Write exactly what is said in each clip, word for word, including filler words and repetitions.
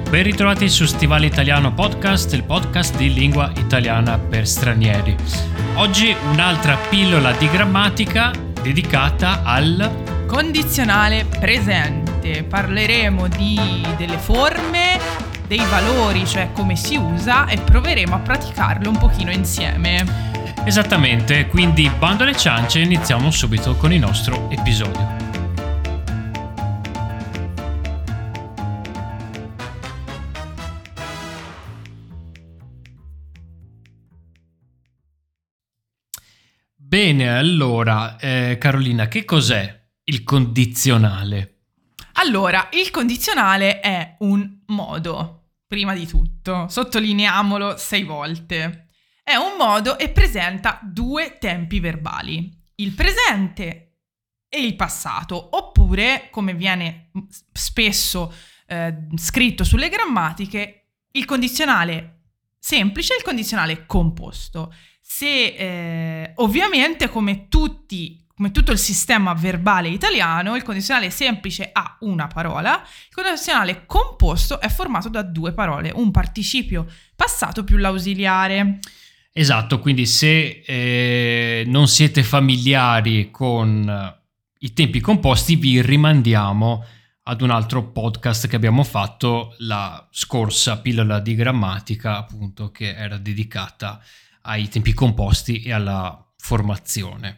Ben ritrovati su Stivale Italiano Podcast, il podcast di lingua italiana per stranieri. Oggi un'altra pillola di grammatica dedicata al condizionale presente. Parleremo di, delle forme, dei valori, cioè come si usa, e proveremo a praticarlo un pochino insieme. Esattamente, quindi bando alle ciance, iniziamo subito con il nostro episodio. Bene, allora, eh, Carolina, che cos'è il condizionale? Allora, il condizionale è un modo, prima di tutto, sottolineiamolo sei volte. È un modo e presenta due tempi verbali, il presente e il passato, oppure, come viene spesso eh, scritto sulle grammatiche, il condizionale semplice e il condizionale composto. Se eh, ovviamente come tutti, come tutto il sistema verbale italiano, il condizionale semplice ha una parola, il condizionale composto è formato da due parole, un participio passato più l'ausiliare. Esatto, quindi se eh, non siete familiari con i tempi composti, vi rimandiamo ad un altro podcast che abbiamo fatto, la scorsa pillola di grammatica, appunto, che era dedicata ai tempi composti e alla formazione.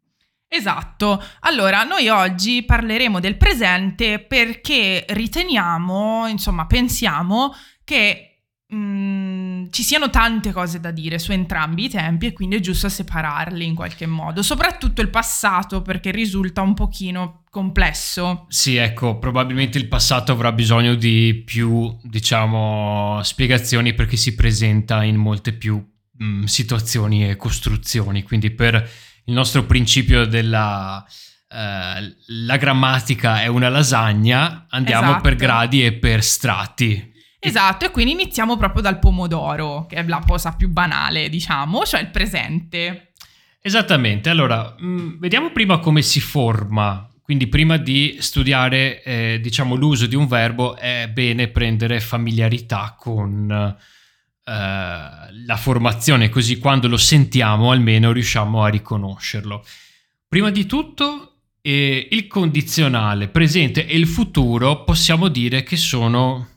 Esatto. Allora, noi oggi parleremo del presente perché riteniamo, insomma, pensiamo che mh, ci siano tante cose da dire su entrambi i tempi e quindi è giusto separarli in qualche modo, soprattutto il passato perché risulta un pochino complesso. Sì, ecco, probabilmente il passato avrà bisogno di più, diciamo, spiegazioni perché si presenta in molte più mh, situazioni e costruzioni, quindi per il nostro principio della eh, la grammatica è una lasagna, andiamo Esatto. per gradi e per strati. Esatto, e quindi iniziamo proprio dal pomodoro, che è la cosa più banale, diciamo, cioè il presente. Esattamente, allora, mh, vediamo prima come si forma. Quindi prima di studiare, eh, diciamo, l'uso di un verbo è bene prendere familiarità con eh, la formazione, così quando lo sentiamo almeno riusciamo a riconoscerlo. Prima di tutto, eh, il condizionale presente e il futuro possiamo dire che sono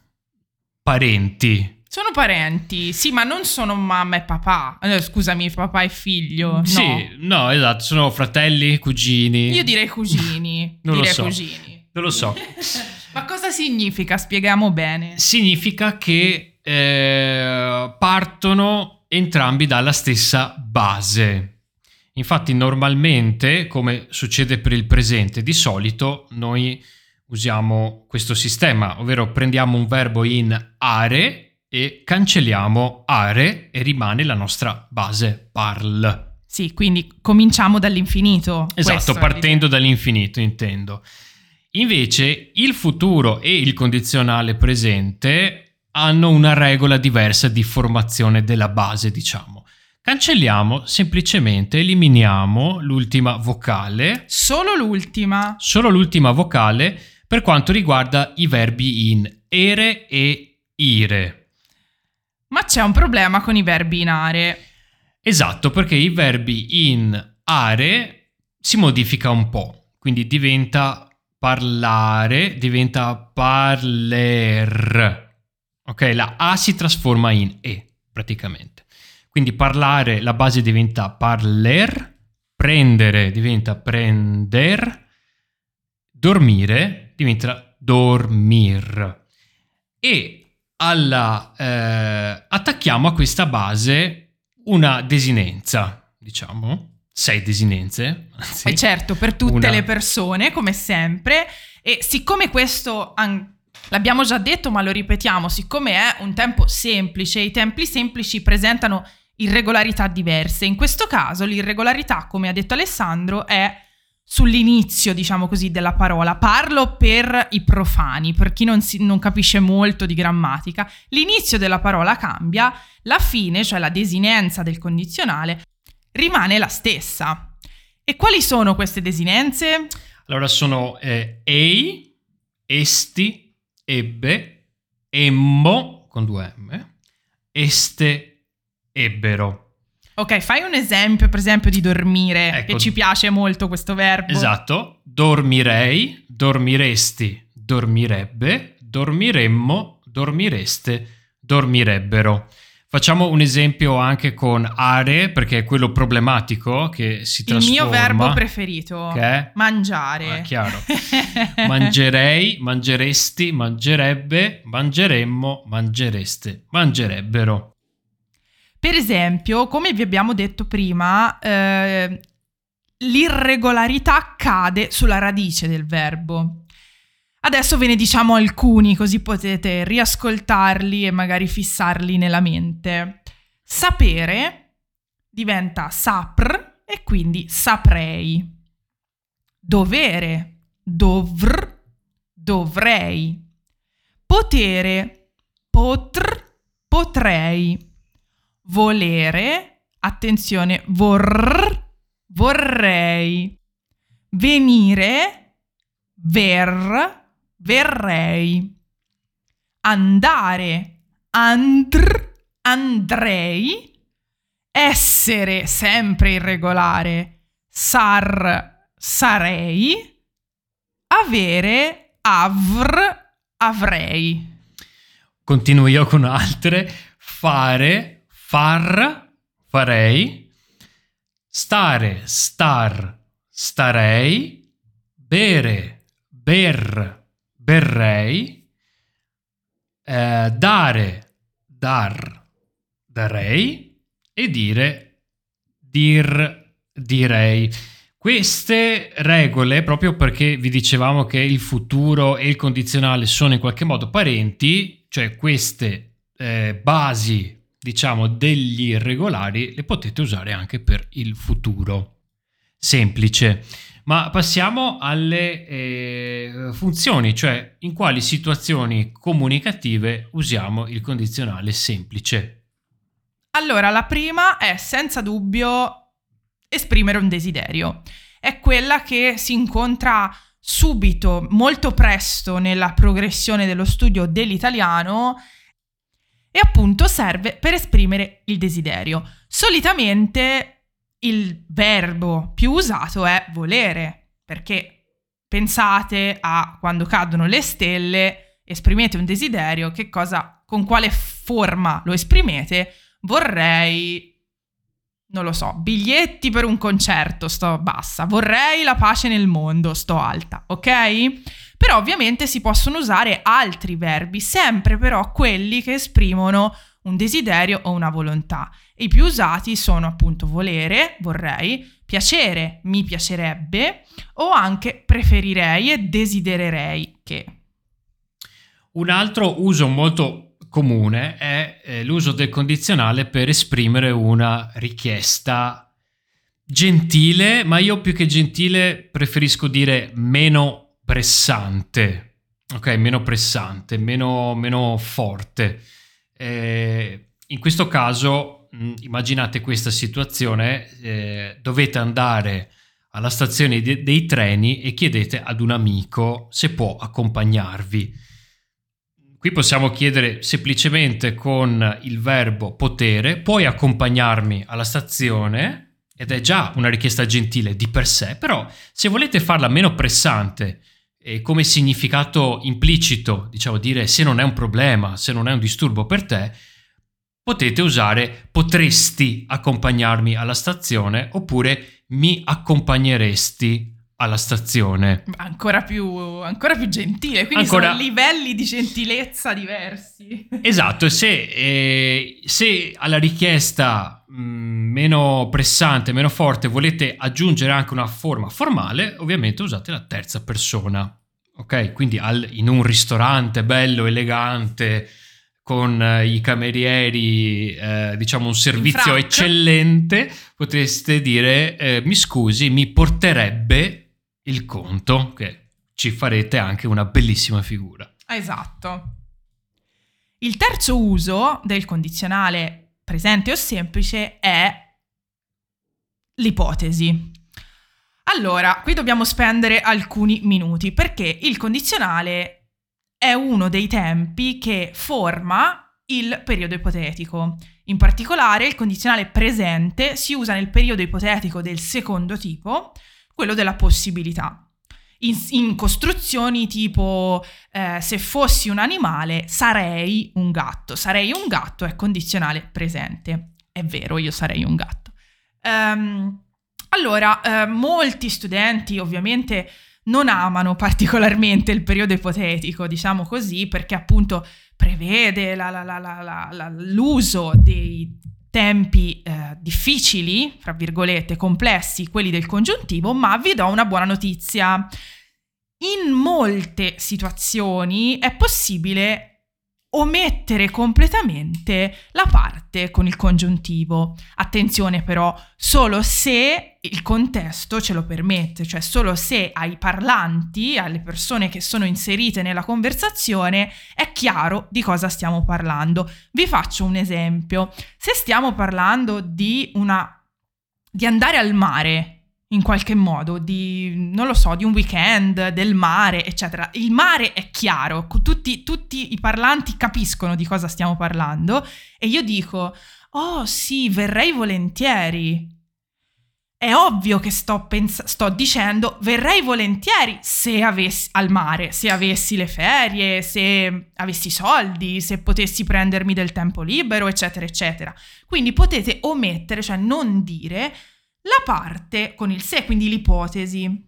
parenti. Sono parenti, sì, ma non sono mamma e papà. Eh, scusami, papà e figlio. Sì, no. no, esatto, sono fratelli, cugini. Io direi cugini. non direi lo so. cugini. Non lo so. Ma cosa significa? Spieghiamo bene. Significa che eh, partono entrambi dalla stessa base. Infatti normalmente, come succede per il presente, di solito noi usiamo questo sistema, ovvero prendiamo un verbo in are e cancelliamo are e rimane la nostra base parl. Sì, quindi cominciamo dall'infinito. Esatto, partendo dall'infinito intendo. Invece il futuro e il condizionale presente hanno una regola diversa di formazione della base, diciamo. Cancelliamo, semplicemente eliminiamo l'ultima vocale. Solo l'ultima. Solo l'ultima vocale per quanto riguarda i verbi in ere e ire. Ma c'è un problema con i verbi in are. Esatto, perché i verbi in are si modifica un po', quindi diventa parlare, diventa parler. Ok, la A si trasforma in E, praticamente. Quindi parlare, la base diventa parler, prendere diventa prender, dormire diventa dormir. E alla, eh, attacchiamo a questa base una desinenza, diciamo, sei desinenze. E eh certo, per tutte una... le persone, come sempre. E siccome questo... An- L'abbiamo già detto, ma lo ripetiamo, siccome è un tempo semplice, i tempi semplici presentano irregolarità diverse. In questo caso l'irregolarità, come ha detto Alessandro, è sull'inizio, diciamo così, della parola. Parlo per i profani, per chi non, si, non capisce molto di grammatica. L'inizio della parola cambia, la fine, cioè la desinenza del condizionale, rimane la stessa. E quali sono queste desinenze? Allora sono eh, ei, esti, ebbe, emmo, con due M, este, ebbero. Ok, fai un esempio, per esempio, di dormire, Ecco. che ci piace molto questo verbo. Esatto, dormirei, dormiresti, dormirebbe, dormiremmo, dormireste, dormirebbero. Facciamo un esempio anche con are, perché è quello problematico che si trasforma. Il mio verbo preferito, che è? Mangiare. Ah, chiaro. Mangerei, mangeresti, mangerebbe, mangeremmo, mangereste, mangerebbero. Per esempio, come vi abbiamo detto prima, eh, l'irregolarità cade sulla radice del verbo. Adesso ve ne diciamo alcuni, così potete riascoltarli e magari fissarli nella mente. Sapere diventa sapr e quindi saprei. Dovere, dovr, dovrei. Potere, potr, potrei. Volere, attenzione, vorr, vorrei. Venire, ver, verrei. Andare, andr, andrei. Essere, sempre irregolare, sar, sarei. Avere, avr, avrei. Continuo io con altre. Fare, far, farei. Stare, star, starei. Bere, ber, berrei. Eh, dare, dar, darei. E dire, dir, direi. Queste regole, proprio perché vi dicevamo che il futuro e il condizionale sono in qualche modo parenti, cioè queste eh, basi, diciamo, degli irregolari, le potete usare anche per il futuro. Semplice. Ma passiamo alle eh, funzioni, cioè in quali situazioni comunicative usiamo il condizionale semplice. Allora, la prima è senza dubbio esprimere un desiderio. È quella che si incontra subito, molto presto nella progressione dello studio dell'italiano e appunto serve per esprimere il desiderio. Solitamente il verbo più usato è volere, perché pensate a quando cadono le stelle, esprimete un desiderio, che cosa, con quale forma lo esprimete? Vorrei, non lo so, biglietti per un concerto, sto bassa. Vorrei la pace nel mondo, sto alta, ok? Però ovviamente si possono usare altri verbi, sempre però quelli che esprimono un desiderio o una volontà. E i più usati sono appunto volere, vorrei, piacere, mi piacerebbe, o anche preferirei e desidererei che. Un altro uso molto comune è eh, l'uso del condizionale per esprimere una richiesta gentile, ma io più che gentile preferisco dire meno pressante, ok? Meno pressante, meno, meno forte. Eh, in questo caso, mh, immaginate questa situazione, eh, dovete andare alla stazione de- dei treni e chiedete ad un amico se può accompagnarvi. Qui possiamo chiedere semplicemente con il verbo potere, puoi accompagnarmi alla stazione, ed è già una richiesta gentile di per sé, però se volete farla meno pressante e come significato implicito, diciamo dire se non è un problema, se non è un disturbo per te, potete usare potresti accompagnarmi alla stazione oppure mi accompagneresti alla stazione. Ancora più, ancora più gentile, quindi Ancora... sono livelli di gentilezza diversi. Esatto, e se, eh, se alla richiesta mh, meno pressante, meno forte volete aggiungere anche una forma formale, ovviamente usate la terza persona, ok? Quindi al, in un ristorante bello, elegante, con eh, i camerieri, eh, diciamo un servizio eccellente, potreste dire eh, mi scusi, mi porterebbe il conto, che ci farete anche una bellissima figura. Esatto. Il terzo uso del condizionale presente o semplice è l'ipotesi. Allora, qui dobbiamo spendere alcuni minuti perché il condizionale è uno dei tempi che forma il periodo ipotetico. In particolare, il condizionale presente si usa nel periodo ipotetico del secondo tipo, quello della possibilità. In, in costruzioni tipo eh, se fossi un animale sarei un gatto. Sarei un gatto è condizionale presente. È vero, io sarei un gatto. Um, allora, eh, molti studenti ovviamente non amano particolarmente il periodo ipotetico, diciamo così, perché appunto prevede la, la, la, la, la, l'uso dei tempi eh, difficili, fra virgolette, complessi, quelli del congiuntivo, ma vi do una buona notizia. In molte situazioni è possibile omettere completamente la parte con il congiuntivo. Attenzione però, solo se il contesto ce lo permette, cioè solo se ai parlanti, alle persone che sono inserite nella conversazione, è chiaro di cosa stiamo parlando. Vi faccio un esempio. Se stiamo parlando di una di andare al mare, in qualche modo, di, non lo so, di un weekend, del mare, eccetera. Il mare è chiaro, tutti, tutti i parlanti capiscono di cosa stiamo parlando e io dico, oh sì, verrei volentieri. È ovvio che sto, pens- sto dicendo verrei volentieri se avessi al mare, se avessi le ferie, se avessi soldi, se potessi prendermi del tempo libero, eccetera, eccetera. Quindi potete omettere, cioè non dire la parte con il se, quindi l'ipotesi.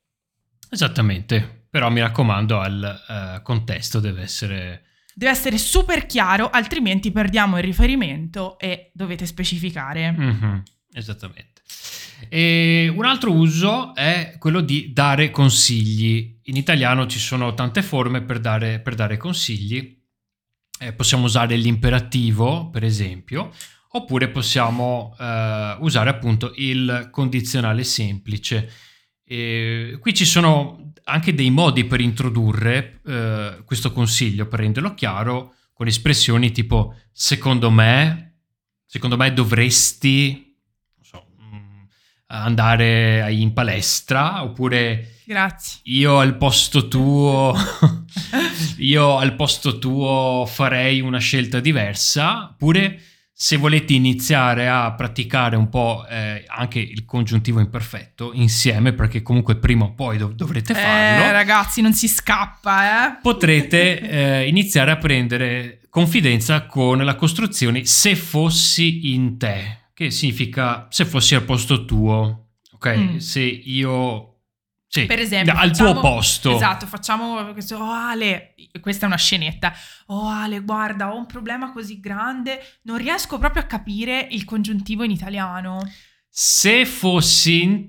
Esattamente, però mi raccomando, al uh, contesto deve essere... Deve essere super chiaro, altrimenti perdiamo il riferimento e dovete specificare. Mm-hmm, esattamente. E un altro uso è quello di dare consigli. In italiano ci sono tante forme per dare, per dare consigli. Eh, possiamo usare l'imperativo, per esempio, oppure possiamo uh, usare appunto il condizionale semplice. E qui ci sono anche dei modi per introdurre uh, questo consiglio, per renderlo chiaro, con espressioni tipo secondo me, secondo me dovresti, non so, andare in palestra, oppure grazie. Io al posto tuo io al posto tuo farei una scelta diversa, oppure se volete iniziare a praticare un po' eh, anche il congiuntivo imperfetto insieme, perché comunque prima o poi dov- dovrete farlo. Eh, ragazzi, non si scappa, eh. Potrete eh, iniziare a prendere confidenza con la costruzione se fossi in te, che significa se fossi al posto tuo, ok? Mm. Se io... Sì, per esempio, al facciamo, tuo posto. Esatto, facciamo questo, oh Ale, questa è una scenetta. Oh Ale, guarda, ho un problema così grande, non riesco proprio a capire il congiuntivo in italiano. Se fossi in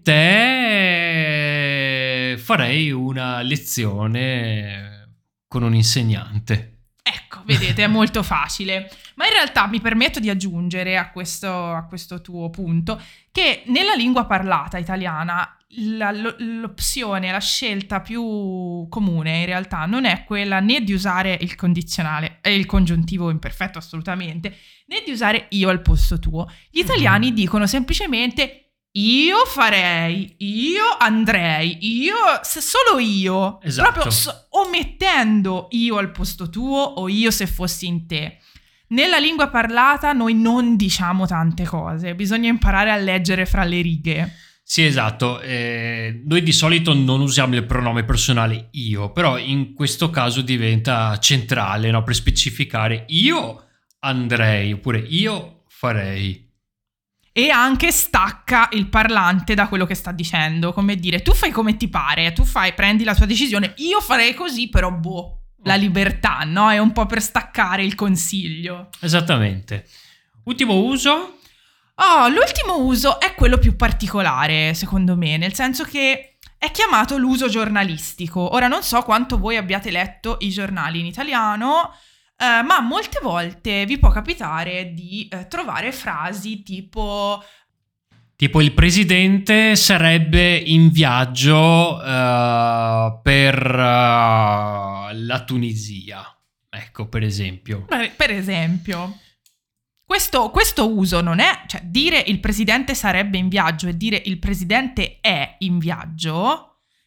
te, farei una lezione con un insegnante. Ecco, vedete, è molto facile. Ma in realtà mi permetto di aggiungere a questo, a questo tuo punto che nella lingua parlata italiana la, l'opzione, la scelta più comune in realtà non è quella né di usare il condizionale e il congiuntivo imperfetto assolutamente, né di usare io al posto tuo. Gli italiani dicono semplicemente io farei, io andrei, io, se solo io, esatto. Proprio so, omettendo io al posto tuo o io se fossi in te. Nella lingua parlata noi non diciamo tante cose, bisogna imparare a leggere fra le righe. Sì, esatto. Eh, noi di solito non usiamo il pronome personale io, però in questo caso diventa centrale, no? Per specificare io andrei oppure io farei. E anche stacca il parlante da quello che sta dicendo, come dire, tu fai come ti pare, tu fai, prendi la tua decisione, io farei così, però boh, la libertà, no? È un po' per staccare il consiglio. Esattamente. Ultimo uso? Oh, l'ultimo uso è quello più particolare, secondo me, nel senso che è chiamato l'uso giornalistico. Ora, non so quanto voi abbiate letto i giornali in italiano, Uh, ma molte volte vi può capitare di uh, trovare frasi tipo tipo il presidente sarebbe in viaggio uh, per uh, la Tunisia, ecco, per esempio. Per, per esempio questo, questo uso non è, cioè dire il presidente sarebbe in viaggio e dire il presidente è in viaggio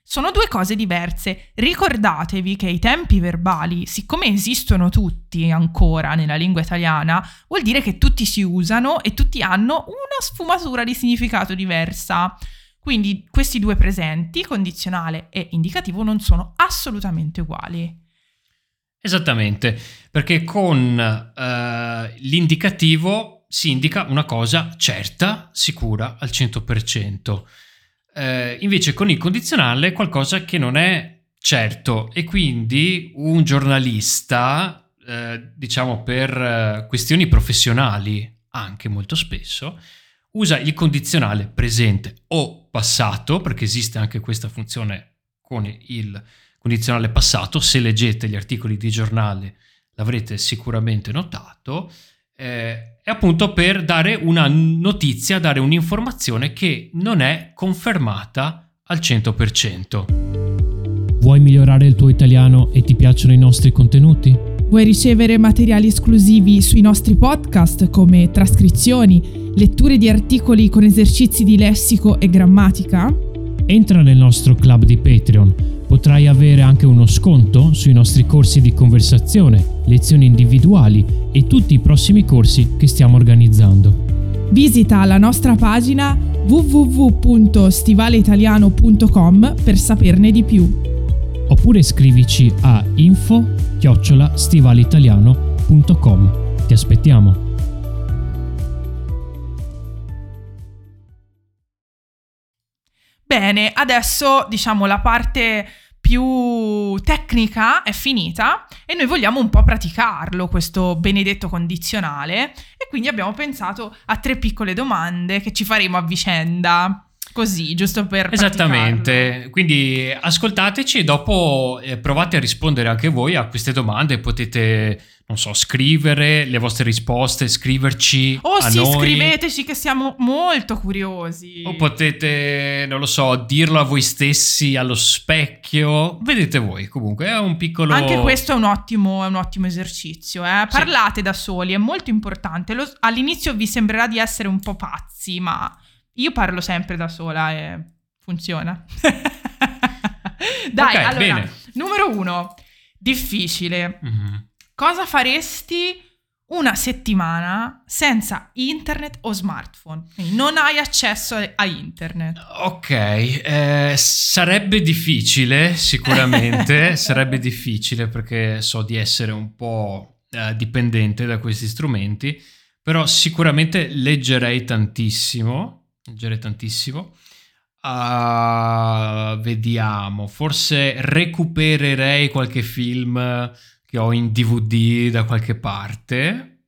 sono due cose diverse. Ricordatevi che i tempi verbali, siccome esistono tutti ancora nella lingua italiana, vuol dire che tutti si usano e tutti hanno una sfumatura di significato diversa. Quindi questi due presenti, condizionale e indicativo, non sono assolutamente uguali. Esattamente, perché con uh, l'indicativo si indica una cosa certa, sicura, al cento per cento. Uh, invece con il condizionale qualcosa che non è certo, e quindi un giornalista, uh, diciamo per uh, questioni professionali, anche molto spesso, usa il condizionale presente o passato, perché esiste anche questa funzione con il condizionale passato. Se leggete gli articoli di giornale l'avrete sicuramente notato, eh, è appunto per dare una notizia, dare un'informazione che non è confermata al cento per cento. Vuoi migliorare il tuo italiano e ti piacciono i nostri contenuti? Vuoi ricevere materiali esclusivi sui nostri podcast come trascrizioni, letture di articoli con esercizi di lessico e grammatica? Entra nel nostro club di Patreon. Potrai avere anche uno sconto sui nostri corsi di conversazione, lezioni individuali e tutti i prossimi corsi che stiamo organizzando. Visita la nostra pagina w w w punto stivale italiano punto com per saperne di più. Oppure scrivici a info chiocciola stivaleitaliano punto com. Ti aspettiamo. Bene, adesso diciamo la parte più tecnica è finita e noi vogliamo un po' praticarlo, questo benedetto condizionale, e quindi abbiamo pensato a tre piccole domande che ci faremo a vicenda. Così, giusto per Esattamente, praticarlo. Quindi ascoltateci e dopo eh, provate a rispondere anche voi a queste domande. Potete, non so, scrivere le vostre risposte, scriverci Oh a sì, noi. scriveteci che siamo molto curiosi. O potete, non lo so, dirlo a voi stessi allo specchio. Vedete voi, comunque è un piccolo... Anche questo è un ottimo, è un ottimo esercizio, eh? Parlate sì. da soli, è molto importante. Lo, all'inizio vi sembrerà di essere un po' pazzi, ma... Io parlo sempre da sola e funziona. Dai, okay, allora, bene. Numero uno, difficile. Mm-hmm. Cosa faresti una settimana senza internet o smartphone? Quindi non hai accesso a internet. Ok, eh, sarebbe difficile, sicuramente, sarebbe difficile perché so di essere un po' eh, dipendente da questi strumenti, però sicuramente leggerei tantissimo. Leggere tantissimo. Uh, vediamo, forse recupererei qualche film che ho in D V D da qualche parte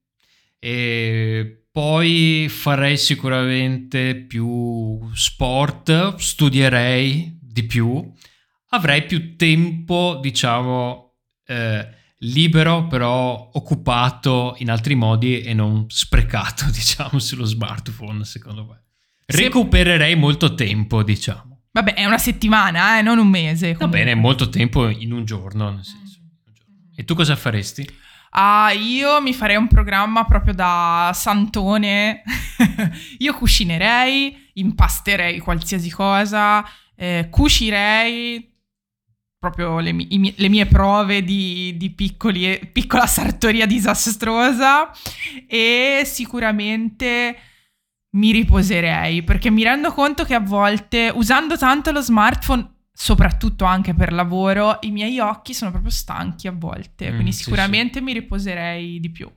e poi farei sicuramente più sport, studierei di più, avrei più tempo, diciamo, eh, libero, però occupato in altri modi e non sprecato, diciamo, sullo smartphone, secondo me. Recupererei molto tempo, diciamo. Vabbè, è una settimana, eh, non un mese. Va bene, molto tempo in un giorno, nel senso. E tu cosa faresti? Ah, io mi farei un programma proprio da santone. Io cucinerei, impasterei qualsiasi cosa, eh, cucirei proprio le, mie, le mie prove di, di piccoli, piccola sartoria disastrosa e sicuramente... mi riposerei, perché mi rendo conto che a volte, usando tanto lo smartphone, soprattutto anche per lavoro, i miei occhi sono proprio stanchi a volte, mm, quindi sì, sicuramente sì. mi riposerei di più.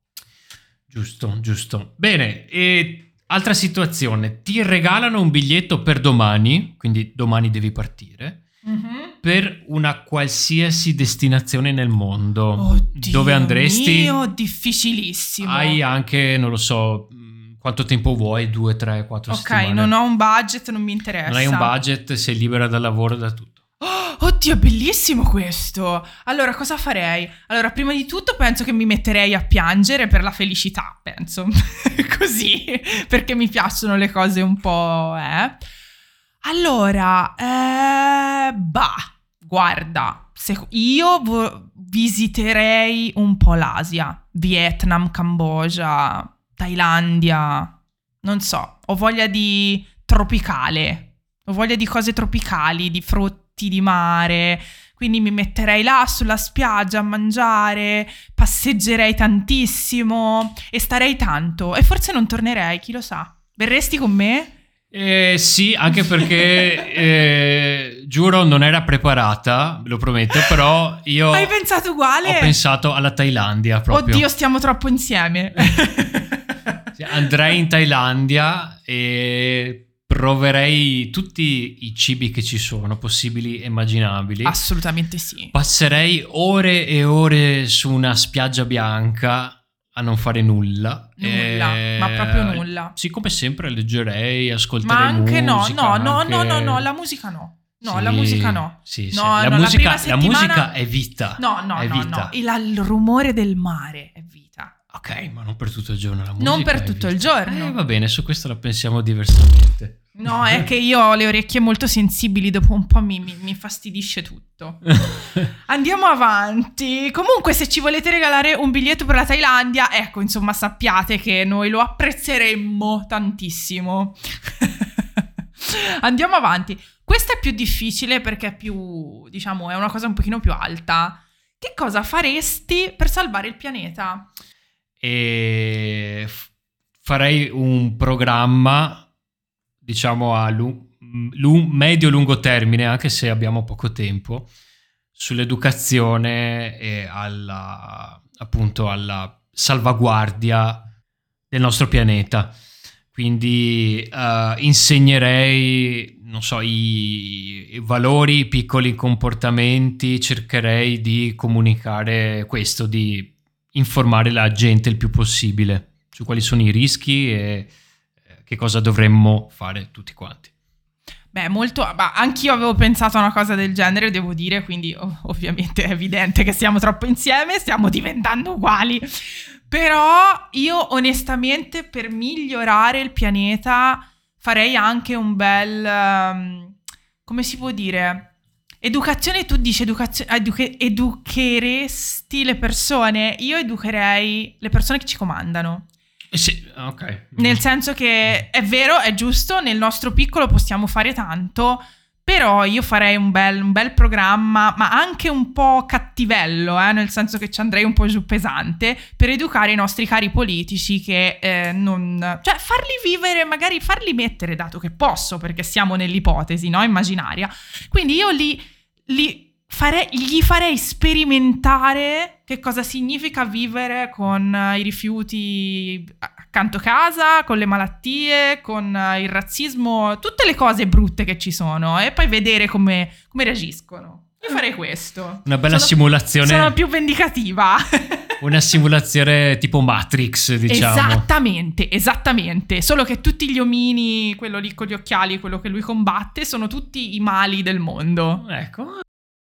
Giusto, giusto. Bene, e altra situazione, ti regalano un biglietto per domani, quindi domani devi partire, mm-hmm. per una qualsiasi destinazione nel mondo. Oddio dove andresti? Mio, difficilissimo. Hai anche, non lo so... quanto tempo vuoi? Due, tre, quattro Ok, settimane? Ok, non ho un budget, non mi interessa. Non hai un budget, sei libera dal lavoro e da tutto. Oh, oddio, bellissimo questo! Allora, cosa farei? Allora, prima di tutto penso che mi metterei a piangere per la felicità, penso. Così, perché mi piacciono le cose un po', eh. Allora, eh, bah, guarda, se io vo- visiterei un po' l'Asia, Vietnam, Cambogia... Thailandia, non so, ho voglia di tropicale, ho voglia di cose tropicali, di frutta frutti di mare. Quindi mi metterei là sulla spiaggia a mangiare, passeggerei tantissimo e starei tanto. E forse non tornerei, chi lo sa. Verresti con me? Eh, sì, anche perché eh, giuro non era preparata, ve lo prometto, però io Hai pensato uguale? ho pensato alla Thailandia proprio. Oddio, stiamo troppo insieme. Andrei in Thailandia e proverei tutti i cibi che ci sono, possibili e immaginabili. Assolutamente sì. Passerei ore e ore su una spiaggia bianca a non fare nulla. Nulla, e... ma proprio nulla. Sì, come sempre leggerei, ascolterei Ma anche musica. no, no, anche... no, no, no, no, la musica no. No, sì, la musica no. Sì, sì. No, la, no, musica, la, la settimana... musica è vita. No, no, è no, vita. no. Il, il rumore del mare è vita. Ok, ma non per tutto il giorno la musica. Non per è tutto vita. il giorno. Eh, va bene, su questo la pensiamo diversamente. No, è che io ho le orecchie molto sensibili, dopo un po' mi, mi, mi fastidisce tutto. Andiamo avanti. Comunque, se ci volete regalare un biglietto per la Thailandia, ecco, insomma, sappiate che noi lo apprezzeremmo tantissimo. Andiamo avanti. Questa è più difficile perché è più, diciamo, è una cosa un pochino più alta. Che cosa faresti per salvare il pianeta? E f- farei un programma, diciamo a lu- lu- medio-lungo termine, anche se abbiamo poco tempo, sull'educazione e alla, appunto, alla salvaguardia del nostro pianeta. Quindi uh, insegnerei, non so, i, i valori, i piccoli comportamenti, cercherei di comunicare questo, di informare la gente il più possibile su quali sono i rischi e che cosa dovremmo fare tutti quanti. Beh, molto, ma anch'io avevo pensato a una cosa del genere, devo dire, quindi ov- ovviamente è evidente che stiamo troppo insieme, stiamo diventando uguali. Però io onestamente per migliorare il pianeta farei anche un bel, um, come si può dire, educazione. Tu dici educazione, eduche, educheresti le persone? Io educherei le persone che ci comandano. Sì, ok. Nel senso che è vero, è giusto, nel nostro piccolo possiamo fare tanto, però io farei un bel, un bel programma, ma anche un po' cattivello, eh, nel senso che ci andrei un po' giù pesante, per educare i nostri cari politici che eh, non... Cioè farli vivere, magari farli mettere, dato che posso, perché siamo nell'ipotesi, no, immaginaria. Quindi io li... li Farei, gli farei sperimentare che cosa significa vivere con i rifiuti accanto a casa, con le malattie, con il razzismo, tutte le cose brutte che ci sono, e poi vedere come, come reagiscono. Io farei questo. Una bella sono, simulazione. Sono più vendicativa. Una simulazione tipo Matrix, diciamo. Esattamente, esattamente. Solo che tutti gli omini, quello lì con gli occhiali, quello che lui combatte, sono tutti i mali del mondo. Ecco.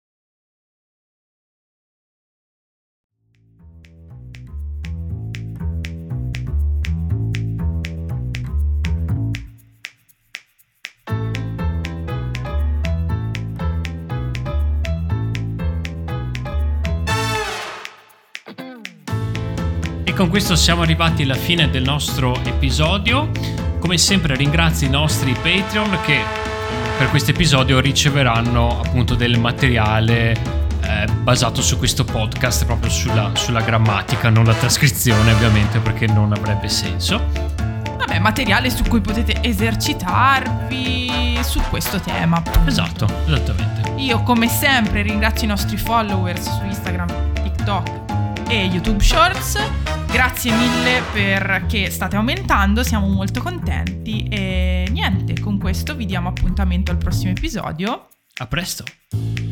Con questo siamo arrivati alla fine del nostro episodio. Come sempre ringrazio i nostri Patreon che per questo episodio riceveranno appunto del materiale eh, basato su questo podcast, proprio sulla, sulla grammatica, non la trascrizione ovviamente, perché non avrebbe senso. Vabbè, materiale su cui potete esercitarvi su questo tema, appunto. Esatto, esattamente. Io come sempre ringrazio i nostri followers su Instagram, TikTok e YouTube Shorts. Grazie mille perché state aumentando, siamo molto contenti e niente, con questo vi diamo appuntamento al prossimo episodio. A presto.